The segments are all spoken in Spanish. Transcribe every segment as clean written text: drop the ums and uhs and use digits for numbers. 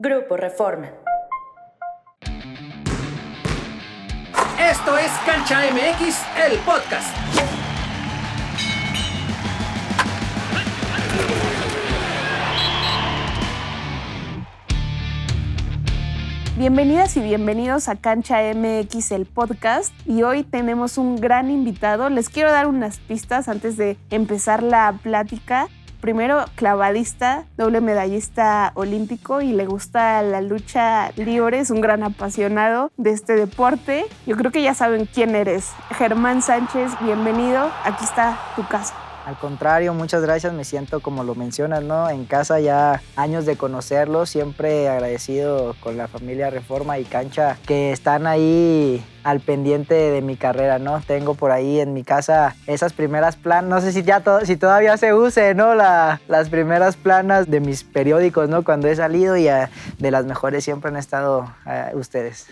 Grupo Reforma. Esto es Cancha MX, el podcast. Bienvenidas y bienvenidos a Cancha MX, el podcast. Y hoy tenemos un gran invitado. Les quiero dar unas pistas antes de empezar la plática. Primero, clavadista, doble medallista olímpico y le gusta la lucha libre. Es un gran apasionado de este deporte. Yo creo que ya saben quién eres. Germán Sánchez, bienvenido. Aquí está tu casa. Al contrario, muchas gracias. Me siento, como lo mencionas, ¿no? En casa, ya años de conocerlo. Siempre agradecido con la familia Reforma y Cancha que están ahí al pendiente de mi carrera, ¿no? Tengo por ahí en mi casa esas primeras planas, no sé si todavía se use, ¿no? Las primeras planas de mis periódicos, ¿no? Cuando he salido y de las mejores siempre han estado ustedes.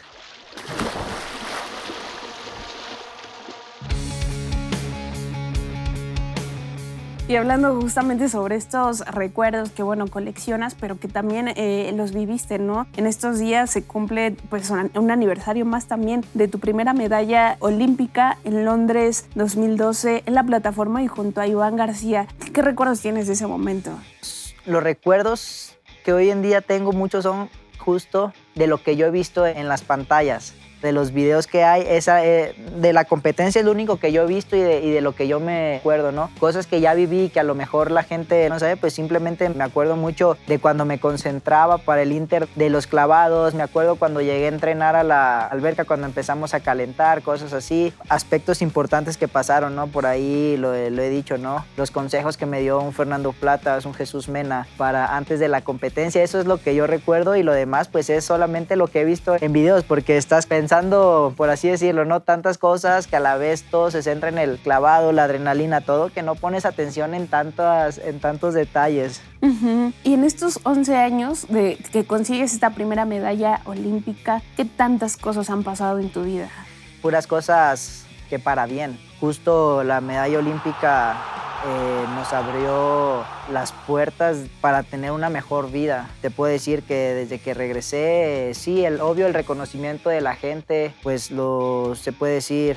Y hablando justamente sobre estos recuerdos que, bueno, coleccionas, pero que también los viviste, ¿no? En estos días se cumple, pues, un aniversario más también de tu primera medalla olímpica en Londres 2012 en la plataforma y junto a Iván García. ¿Qué recuerdos tienes de ese momento? Los recuerdos que hoy en día tengo muchos son justo de lo que yo he visto en las pantallas, de los videos que hay, de la competencia es lo único que yo he visto y de lo que yo me acuerdo, ¿no? Cosas que ya viví que a lo mejor la gente no sabe, pues simplemente me acuerdo mucho de cuando me concentraba para el Inter de los clavados, me acuerdo cuando llegué a entrenar a la alberca, cuando empezamos a calentar, cosas así, aspectos importantes que pasaron, ¿no? Por ahí lo he dicho, ¿no? Los consejos que me dio un Fernando Platas, un Jesús Mena para antes de la competencia, eso es lo que yo recuerdo y lo demás pues es solamente lo que he visto en videos porque estás pensando, por así decirlo, ¿no? Tantas cosas que a la vez todo se centra en el clavado, la adrenalina, todo, que no pones atención en tantos detalles. Uh-huh. Y en estos 11 años de que consigues esta primera medalla olímpica, ¿qué tantas cosas han pasado en tu vida? Puras cosas que para bien. Justo la medalla olímpica nos abrió las puertas para tener una mejor vida. Te puedo decir que desde que regresé, sí, obvio el reconocimiento de la gente, pues se puede decir,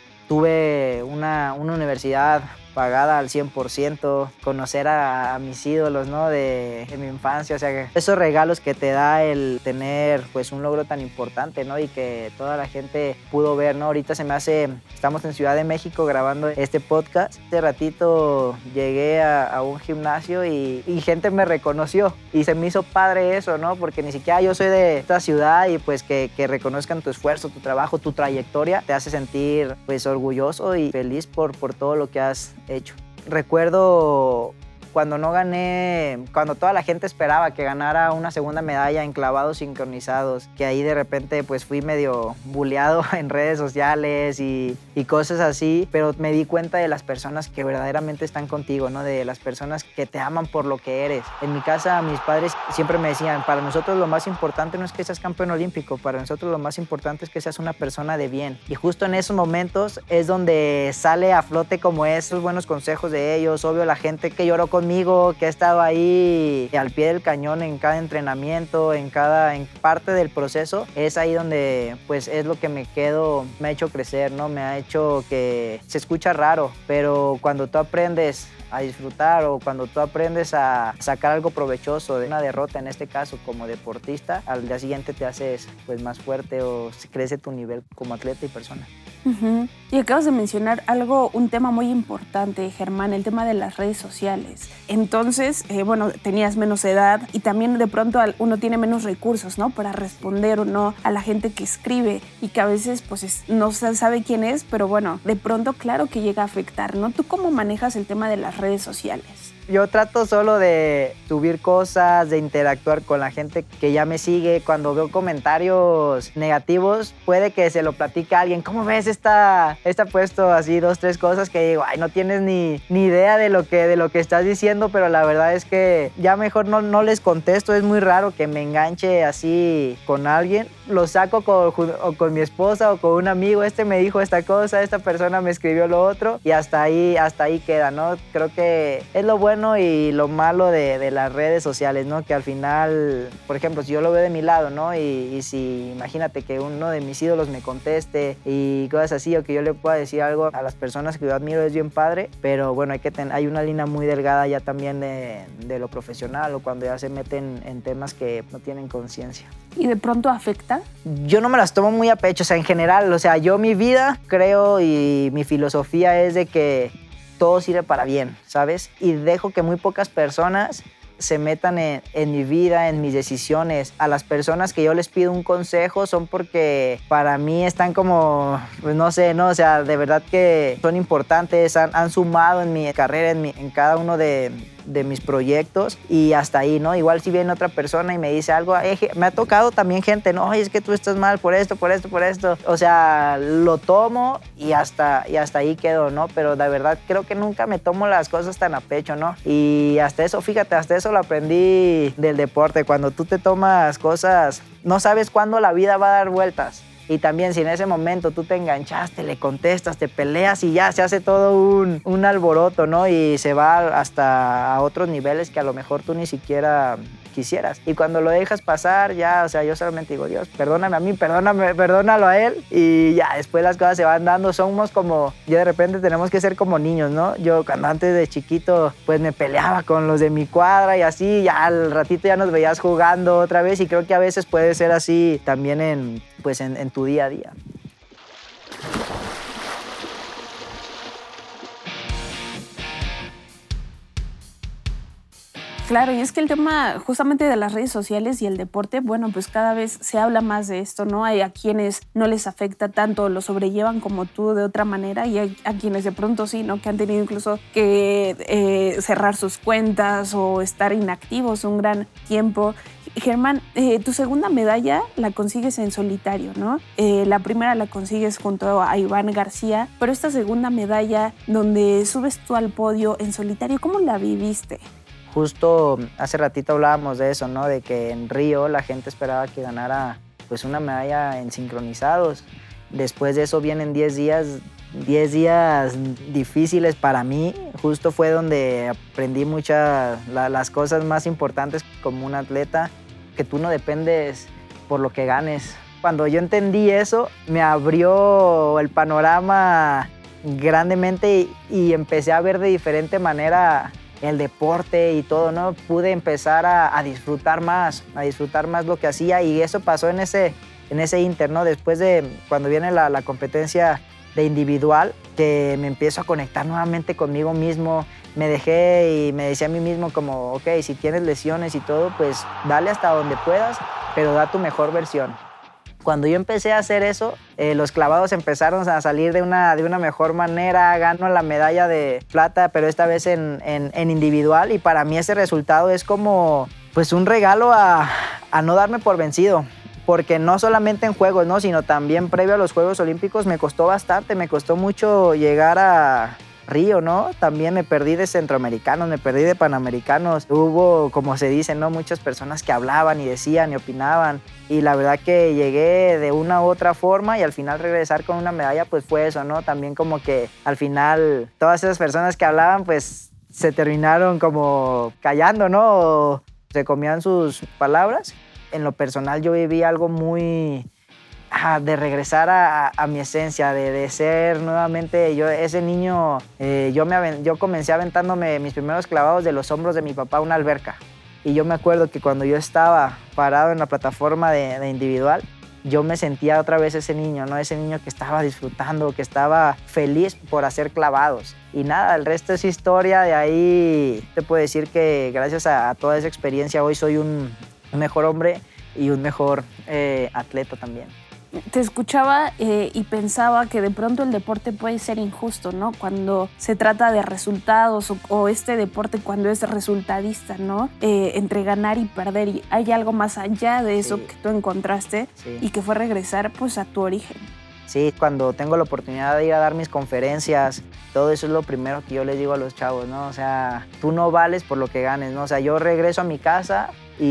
tuve una universidad pagada al 100%, conocer a mis ídolos, ¿no? de mi infancia, o sea, esos regalos que te da el tener pues un logro tan importante, ¿no? Y que toda la gente pudo ver, ¿no? Ahorita estamos en Ciudad de México grabando este podcast. Hace ratito llegué a un gimnasio y gente me reconoció y se me hizo padre eso, ¿no? Porque ni siquiera yo soy de esta ciudad y pues que reconozcan tu esfuerzo, tu trabajo, tu trayectoria, te hace sentir pues orgulloso y feliz por todo lo que has hecho. Recuerdo cuando no gané, cuando toda la gente esperaba que ganara una segunda medalla en clavados sincronizados, que ahí de repente pues fui medio buleado en redes sociales y cosas así, pero me di cuenta de las personas que verdaderamente están contigo, ¿no? De las personas que te aman por lo que eres. En mi casa mis padres siempre me decían, para nosotros lo más importante no es que seas campeón olímpico, para nosotros lo más importante es que seas una persona de bien. Y justo en esos momentos es donde sale a flote como esos buenos consejos de ellos, obvio la gente que lloró conmigo, que ha estado ahí al pie del cañón en cada entrenamiento, en parte del proceso, es ahí donde pues es lo que me ha hecho crecer, ¿no? Me ha hecho que se escucha raro, pero cuando tú aprendes a disfrutar o cuando tú aprendes a sacar algo provechoso de una derrota, en este caso como deportista, al día siguiente te haces pues más fuerte o crece tu nivel como atleta y persona. Uh-huh. Y acabas de mencionar un tema muy importante, Germán, el tema de las redes sociales. Entonces, tenías menos edad y también de pronto uno tiene menos recursos, ¿no? Para responder o no a la gente que escribe y que a veces pues no se sabe quién es, pero bueno, de pronto claro que llega a afectar, ¿no? ¿Tú cómo manejas el tema de las redes sociales? Yo trato solo de subir cosas, de interactuar con la gente que ya me sigue. Cuando veo comentarios negativos, puede que se lo platique a alguien. ¿Cómo ves esta puesto así 2, 3 cosas que digo, ay, no tienes ni idea de lo que estás diciendo, pero la verdad es que ya mejor no les contesto. Es muy raro que me enganche así con alguien. Lo saco con mi esposa o con un amigo. Me dijo esta cosa, esta persona me escribió lo otro y hasta ahí queda, ¿no? Creo que es lo bueno bueno y lo malo de las redes sociales, ¿no? Que al final, por ejemplo, si yo lo veo de mi lado, ¿no? Y si imagínate que uno de mis ídolos me conteste y cosas así, o que yo le pueda decir algo a las personas que yo admiro, es bien padre, pero bueno, hay una línea muy delgada ya también de lo profesional, o cuando ya se meten en temas que no tienen conciencia. ¿Y de pronto afecta? Yo no me las tomo muy a pecho, o sea, en general, o sea, yo mi vida creo y mi filosofía es de que todo sirve para bien, ¿sabes? Y dejo que muy pocas personas se metan en mi vida, en mis decisiones. A las personas que yo les pido un consejo son porque para mí están como, pues no sé, ¿no? O sea, de verdad que son importantes, han sumado en mi carrera, en cada uno de mis proyectos, y hasta ahí, ¿no? Igual si viene otra persona y me dice algo, me ha tocado también gente, no, oye, es que tú estás mal por esto. O sea, lo tomo y hasta ahí quedo, ¿no? Pero de verdad creo que nunca me tomo las cosas tan a pecho, ¿no? Y hasta eso, fíjate, hasta eso lo aprendí del deporte. Cuando tú te tomas cosas, no sabes cuándo la vida va a dar vueltas. Y también si en ese momento tú te enganchaste, le contestas, te peleas y ya se hace todo un alboroto, ¿no? Y se va hasta a otros niveles que a lo mejor tú ni siquiera quisieras. Y cuando lo dejas pasar, ya, o sea, yo solamente digo, Dios, perdóname a mí, perdónalo a él. Y ya, después las cosas se van dando. Somos como, ya de repente tenemos que ser como niños, ¿no? Yo cuando antes de chiquito, pues me peleaba con los de mi cuadra y así, ya al ratito ya nos veías jugando otra vez, y creo que a veces puede ser así también en tu día a día. Claro, y es que el tema justamente de las redes sociales y el deporte, bueno, pues cada vez se habla más de esto, ¿no? Hay a quienes no les afecta tanto, lo sobrellevan como tú de otra manera, y hay a quienes de pronto sí, ¿no? Que han tenido incluso que cerrar sus cuentas o estar inactivos un gran tiempo. Germán, tu segunda medalla la consigues en solitario, ¿no? La primera la consigues junto a Iván García, pero esta segunda medalla donde subes tú al podio en solitario, ¿cómo la viviste? Justo hace ratito hablábamos de eso, ¿no? De que en Río la gente esperaba que ganara pues una medalla en sincronizados. Después de eso vienen 10 días difíciles para mí. Justo fue donde aprendí las cosas más importantes como un atleta, que tú no dependes por lo que ganes. Cuando yo entendí eso, me abrió el panorama grandemente y empecé a ver de diferente manera el deporte y todo, ¿no? Pude empezar a disfrutar más lo que hacía, y eso pasó en ese inter, ¿no? Después de cuando viene la competencia de individual, que me empiezo a conectar nuevamente conmigo mismo, me dejé y me decía a mí mismo como, ok, si tienes lesiones y todo, pues dale hasta donde puedas, pero da tu mejor versión. Cuando yo empecé a hacer eso, los clavados empezaron a salir de una mejor manera. Gano la medalla de plata, pero esta vez en individual, y para mí ese resultado es como pues un regalo a no darme por vencido. Porque no solamente en juegos, ¿no? Sino también previo a los Juegos Olímpicos me costó bastante, me costó mucho llegar a Río, ¿no? También me perdí de centroamericanos, me perdí de panamericanos. Hubo, como se dice, ¿no? Muchas personas que hablaban y decían y opinaban. Y la verdad que llegué de una u otra forma, y al final regresar con una medalla, pues fue eso, ¿no? También como que al final todas esas personas que hablaban, pues se terminaron como callando, ¿no? O se comían sus palabras. En lo personal yo viví algo muy de regresar a mi esencia, de ser nuevamente yo, ese niño. Yo comencé aventándome mis primeros clavados de los hombros de mi papá a una alberca. Y yo me acuerdo que cuando yo estaba parado en la plataforma de individual, yo me sentía otra vez ese niño, ¿no? Ese niño que estaba disfrutando, que estaba feliz por hacer clavados. Y nada, el resto es historia. De ahí te puedo decir que gracias a toda esa experiencia hoy soy un mejor hombre y un mejor atleta también. Te escuchaba y pensaba que de pronto el deporte puede ser injusto, ¿no? Cuando se trata de resultados o este deporte cuando es resultadista, ¿no? Entre ganar y perder. Y hay algo más allá de eso que tú encontraste y que fue regresar pues a tu origen. Sí, cuando tengo la oportunidad de ir a dar mis conferencias, todo eso es lo primero que yo les digo a los chavos, ¿no? O sea, tú no vales por lo que ganes, ¿no? O sea, yo regreso a mi casa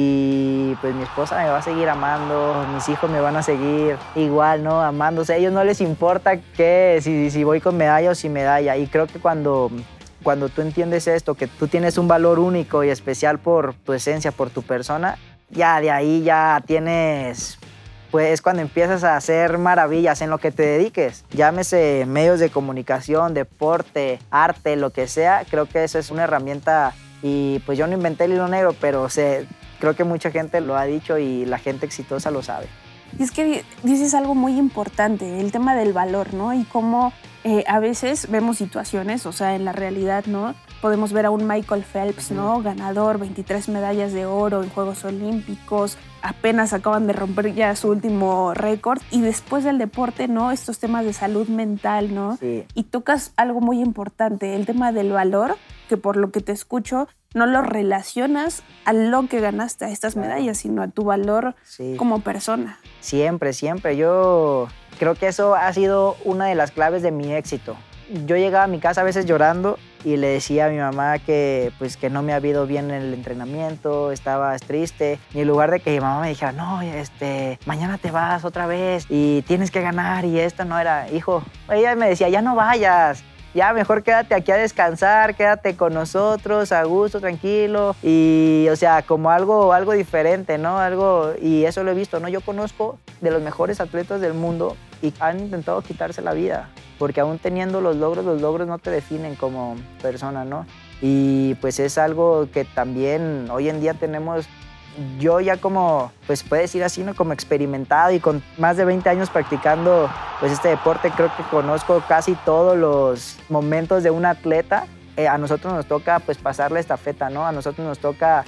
y pues mi esposa me va a seguir amando, mis hijos me van a seguir igual, ¿no? Amándose. A ellos no les importa que si voy con medalla o sin medalla. Y creo que cuando Cuando tú entiendes esto, que tú tienes un valor único y especial por tu esencia, por tu persona, ya de ahí ya tienes, pues es cuando empiezas a hacer maravillas en lo que te dediques. Llámese medios de comunicación, deporte, arte, lo que sea. Creo que eso es una herramienta y pues yo no inventé el hilo negro, pero creo que mucha gente lo ha dicho y la gente exitosa lo sabe. Y es que dices algo muy importante, el tema del valor, ¿no? Y cómo a veces vemos situaciones, o sea, en la realidad, ¿no? Podemos ver a un Michael Phelps, ¿no? Ganador, 23 medallas de oro en Juegos Olímpicos, apenas acaban de romper ya su último récord. Y después del deporte, ¿no? Estos temas de salud mental, ¿no? Sí. Y tocas algo muy importante, el tema del valor, que por lo que te escucho, no lo relacionas a lo que ganaste a estas medallas, sino a tu valor como persona. Siempre, siempre. Yo creo que eso ha sido una de las claves de mi éxito. Yo llegaba a mi casa a veces llorando y le decía a mi mamá que no me había ido bien en el entrenamiento, estaba triste. Y en lugar de que mi mamá me dijera, no, mañana te vas otra vez y tienes que ganar y esto no era, hijo. Ella me decía, ya no vayas. Ya mejor quédate aquí a descansar, quédate con nosotros, a gusto, tranquilo. Y, o sea, como algo diferente, ¿no? Y eso lo he visto, ¿no? Yo conozco de los mejores atletas del mundo y han intentado quitarse la vida. Porque aún teniendo los logros no te definen como persona, ¿no? Y pues es algo que también hoy en día tenemos. Yo ya como, pues puedes decir así, ¿no? Como experimentado y con más de 20 años practicando pues este deporte, creo que conozco casi todos los momentos de un atleta. A nosotros nos toca pues pasarle estafeta, ¿no? A nosotros nos toca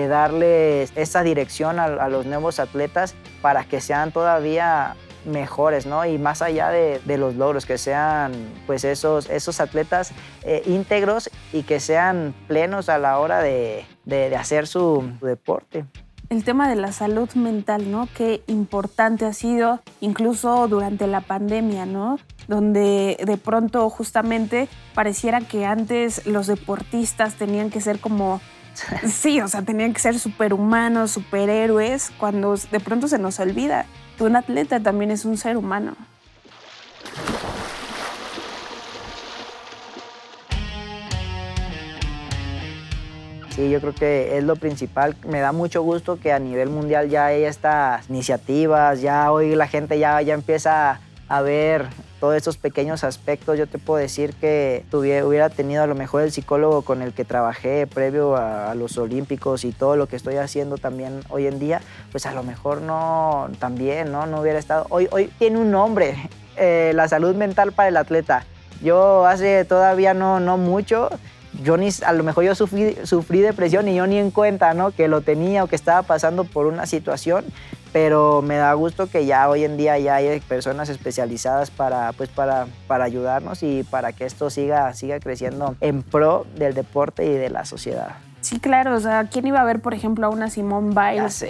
darles esa dirección a los nuevos atletas para que sean todavía mejores, ¿no? Y más allá de los logros, que sean pues esos atletas íntegros y que sean plenos a la hora de hacer su deporte. El tema de la salud mental, ¿no? Qué importante ha sido incluso durante la pandemia, ¿no? Donde de pronto justamente pareciera que antes los deportistas tenían que ser como... Sí, o sea, tenían que ser superhumanos, superhéroes, cuando de pronto se nos olvida que un atleta también es un ser humano. Sí, yo creo que es lo principal. Me da mucho gusto que a nivel mundial ya hay estas iniciativas, ya hoy la gente ya empieza a ver todos estos pequeños aspectos. Yo te puedo decir que hubiera tenido a lo mejor el psicólogo con el que trabajé previo a los Olímpicos y todo lo que estoy haciendo también hoy en día, pues a lo mejor no hubiera estado. Hoy tiene un nombre, la salud mental para el atleta. Yo hace todavía no mucho, a lo mejor yo sufrí depresión y yo ni en cuenta, ¿no? Que lo tenía o que estaba pasando por una situación, pero me da gusto que ya hoy en día ya hay personas especializadas para ayudarnos y para que esto siga creciendo en pro del deporte y de la sociedad. Sí, claro, o sea, ¿quién iba a ver, por ejemplo, a una Simone Biles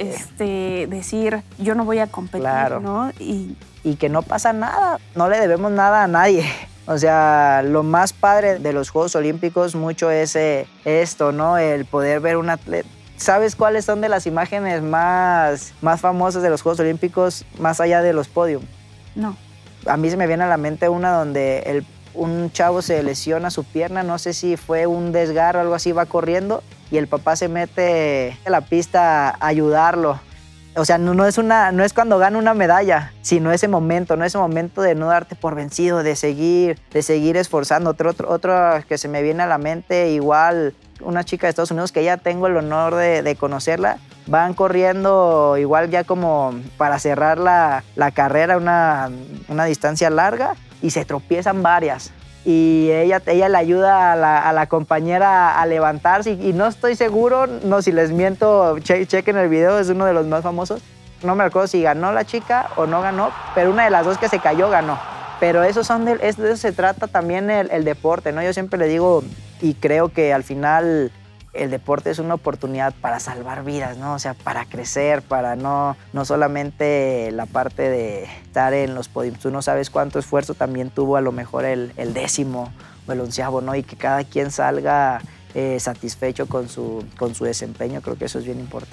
decir, yo no voy a competir, claro, ¿no? Y que no pasa nada, no le debemos nada a nadie. O sea, lo más padre de los Juegos Olímpicos mucho es esto, ¿no? El poder ver un atleta. ¿Sabes cuáles son de las imágenes más famosas de los Juegos Olímpicos más allá de los podios? No. A mí se me viene a la mente una donde un chavo se lesiona su pierna, no sé si fue un desgarro o algo así, va corriendo y el papá se mete a la pista a ayudarlo. O sea, no es cuando gana una medalla, sino ese momento, ¿no? Ese momento de no darte por vencido, de seguir esforzando. Otro que se me viene a la mente, igual una chica de Estados Unidos que ya tengo el honor de conocerla, van corriendo igual ya como para cerrar la carrera, una distancia larga, y se tropiezan varias. Y ella le ayuda a la compañera a levantarse y no estoy seguro, no, si les miento, chequen el video, es uno de los más famosos. No me acuerdo si ganó la chica o no ganó, pero una de las dos que se cayó ganó. Pero de eso se trata también el deporte, ¿no? Yo siempre le digo y creo que al final el deporte es una oportunidad para salvar vidas, ¿no? O sea, para crecer, para no solamente la parte de estar en los podios. Tú no sabes cuánto esfuerzo también tuvo a lo mejor el 10º o el 11º, ¿no? Y que cada quien salga satisfecho con su desempeño. Creo que eso es bien importante.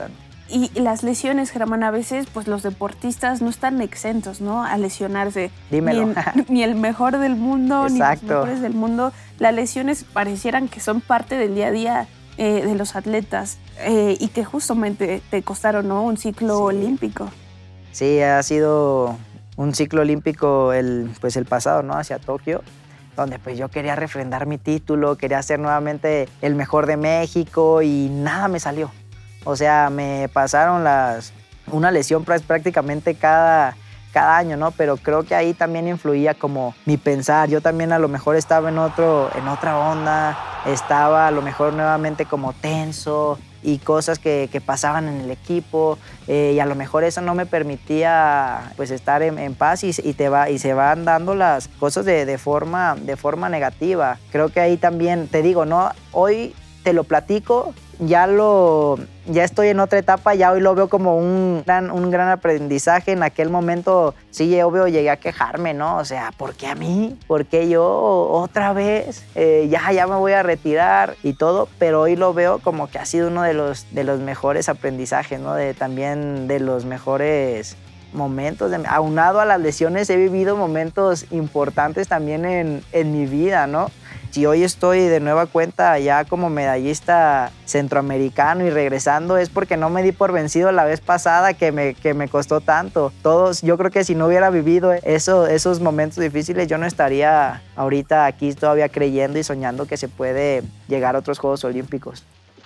Y las lesiones, Germán, a veces pues los deportistas no están exentos, ¿no?, a lesionarse. Dímelo. Ni el mejor del mundo, Exacto. Ni los mejores del mundo. Las lesiones parecieran que son parte del día a día de los atletas y que justamente te costaron, ¿no?, un ciclo olímpico. Sí, ha sido un ciclo olímpico el pasado, ¿no?, hacia Tokio, donde pues yo quería refrendar mi título, quería ser nuevamente el mejor de México y nada me salió. O sea, me pasaron una lesión prácticamente cada año, ¿no? Pero creo que ahí también influía como mi pensar. Yo también a lo mejor estaba en otra onda, estaba a lo mejor nuevamente como tenso y cosas que pasaban en el equipo y a lo mejor eso no me permitía pues estar en paz y se van dando las cosas de forma negativa. Creo que ahí también, te digo, ¿no? Hoy te lo platico, ya estoy en otra etapa, ya hoy lo veo como un gran aprendizaje. En aquel momento sí, obvio, llegué a quejarme, ¿no? O sea, ¿por qué a mí? ¿Por qué yo otra vez? Ya me voy a retirar y todo, pero hoy lo veo como que ha sido uno de los mejores aprendizajes, ¿no? También de los mejores momentos. Aunado a las lesiones, he vivido momentos importantes también en mi vida, ¿no? Si hoy estoy de nueva cuenta ya como medallista centroamericano y regresando es porque no me di por vencido la vez pasada que me costó tanto. Yo creo que si no hubiera vivido esos momentos difíciles, yo no estaría ahorita aquí todavía creyendo y soñando que se puede llegar a otros Juegos Olímpicos.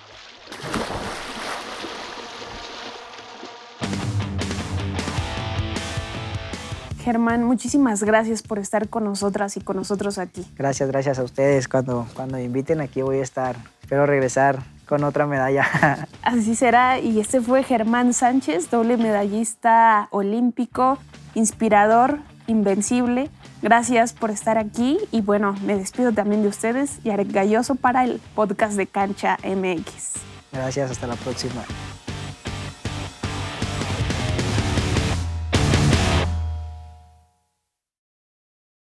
Germán, muchísimas gracias por estar con nosotras y con nosotros aquí. Gracias a ustedes. Cuando me inviten aquí voy a estar. Espero regresar con otra medalla. Así será. Y este fue Germán Sánchez, doble medallista olímpico, inspirador, invencible. Gracias por estar aquí. Y bueno, me despido también de ustedes. Yaret Galloso para el podcast de Cancha MX. Gracias, hasta la próxima.